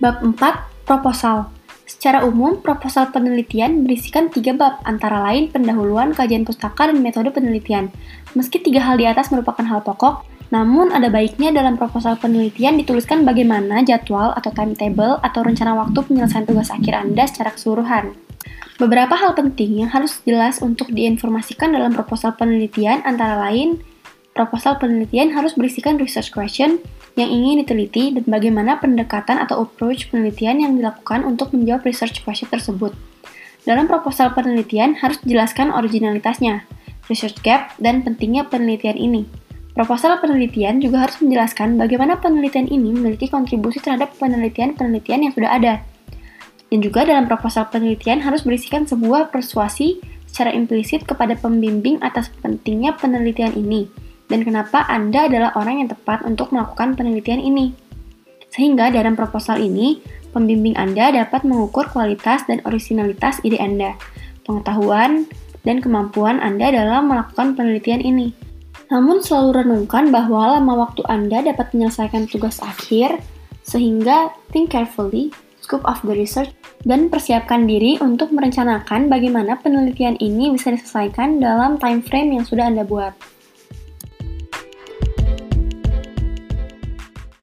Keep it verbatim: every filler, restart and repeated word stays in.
Bab empat. Proposal. Secara umum, proposal penelitian berisikan tiga bab, antara lain pendahuluan, kajian pustaka, dan metode penelitian. Meski tiga hal di atas merupakan hal pokok, namun ada baiknya dalam proposal penelitian dituliskan bagaimana jadwal atau timetable atau rencana waktu penyelesaian tugas akhir Anda secara keseluruhan. Beberapa hal penting yang harus jelas untuk diinformasikan dalam proposal penelitian antara lain, proposal penelitian harus berisikan research question yang ingin diteliti dan bagaimana pendekatan atau approach penelitian yang dilakukan untuk menjawab research question tersebut. Dalam proposal penelitian harus dijelaskan originalitasnya, research gap, dan pentingnya penelitian ini. Proposal penelitian juga harus menjelaskan bagaimana penelitian ini memiliki kontribusi terhadap penelitian-penelitian yang sudah ada. Dan juga dalam proposal penelitian harus berisikan sebuah persuasi secara implisit kepada pembimbing atas pentingnya penelitian ini, dan kenapa Anda adalah orang yang tepat untuk melakukan penelitian ini. Sehingga dalam proposal ini, pembimbing Anda dapat mengukur kualitas dan orisinalitas ide Anda, pengetahuan, dan kemampuan Anda dalam melakukan penelitian ini. Namun selalu renungkan bahwa lama waktu Anda dapat menyelesaikan tugas akhir, sehingga think carefully, scope of the research, dan persiapkan diri untuk merencanakan bagaimana penelitian ini bisa diselesaikan dalam time frame yang sudah Anda buat.